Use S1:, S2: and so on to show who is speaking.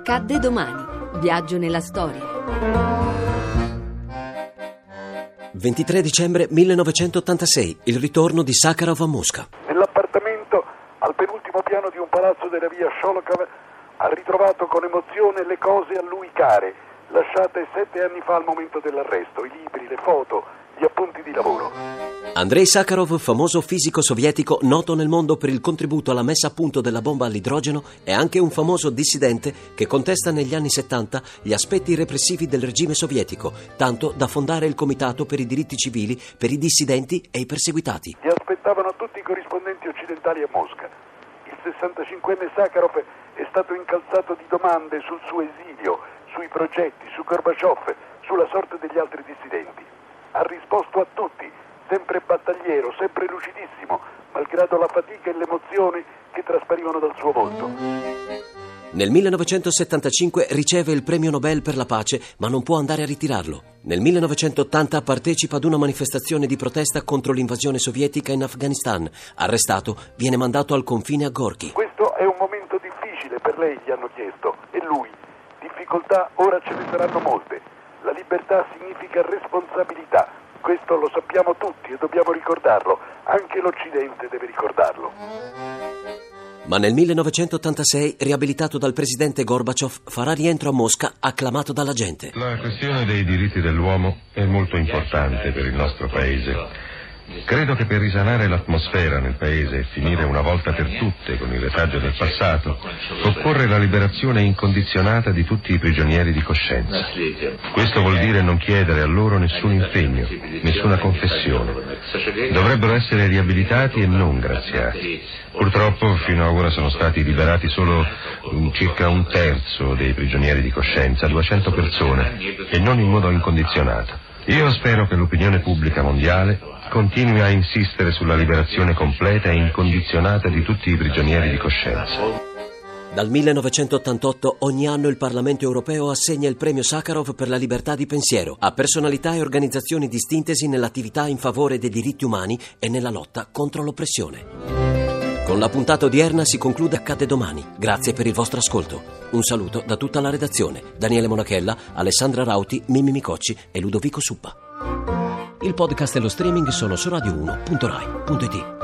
S1: Accadde domani. Viaggio nella storia.
S2: 23 dicembre 1986, il ritorno di Sakharov a Mosca.
S3: Nell'appartamento al penultimo piano di un palazzo della via Sholokov ha ritrovato con emozione le cose a lui care, lasciate 7 anni fa al momento dell'arresto, i libri, le foto, gli appunti di lavoro.
S2: Andrei Sakharov, famoso fisico sovietico noto nel mondo per il contributo alla messa a punto della bomba all'idrogeno, è anche un famoso dissidente che contesta negli anni 70 gli aspetti repressivi del regime sovietico, tanto da fondare il Comitato per i diritti civili per i dissidenti e i perseguitati.
S3: Gli aspettavano tutti i corrispondenti occidentali a Mosca. Il 65enne Sakharov è stato incalzato di domande sul suo esilio, sui progetti, su Gorbaciov, sulla sorte degli altri dissidenti. Ha risposto a tutti, sempre battagliero, sempre lucidissimo, malgrado la fatica e l'emozione che trasparivano dal suo volto.
S2: Nel 1975 riceve il premio Nobel per la pace, ma non può andare a ritirarlo. Nel 1980 partecipa ad una manifestazione di protesta contro l'invasione sovietica in Afghanistan. Arrestato, viene mandato al confine a Gorky.
S3: Questo è un momento difficile per lei, gli hanno chiesto, e lui. Difficoltà ora ce ne saranno molte. La libertà significa responsabilità. Questo lo sappiamo tutti e dobbiamo ricordarlo. Anche l'Occidente deve ricordarlo.
S2: Ma nel 1986, riabilitato dal presidente Gorbaciov, farà rientro a Mosca acclamato dalla gente.
S4: La questione dei diritti dell'uomo è molto importante per il nostro paese. Credo che per risanare l'atmosfera nel paese e finire una volta per tutte con il retaggio del passato, occorre la liberazione incondizionata di tutti i prigionieri di coscienza. Questo vuol dire non chiedere a loro nessun impegno, nessuna confessione. Dovrebbero essere riabilitati e non graziati. Purtroppo fino ad ora sono stati liberati solo circa un terzo dei prigionieri di coscienza, 200 persone, e non in modo incondizionato. Io spero che l'opinione pubblica mondiale continui a insistere sulla liberazione completa e incondizionata di tutti i prigionieri di coscienza.
S2: Dal 1988 ogni anno il Parlamento europeo assegna il premio Sakharov per la libertà di pensiero a personalità e organizzazioni distintesi nell'attività in favore dei diritti umani e nella lotta contro l'oppressione. Con la puntata odierna si conclude Accadde domani. Grazie per il vostro ascolto. Un saluto da tutta la redazione: Daniele Monachella, Alessandra Rauti, Mimmi Micocci e Ludovico Suppa. Il podcast e lo streaming sono su radio1.rai.it.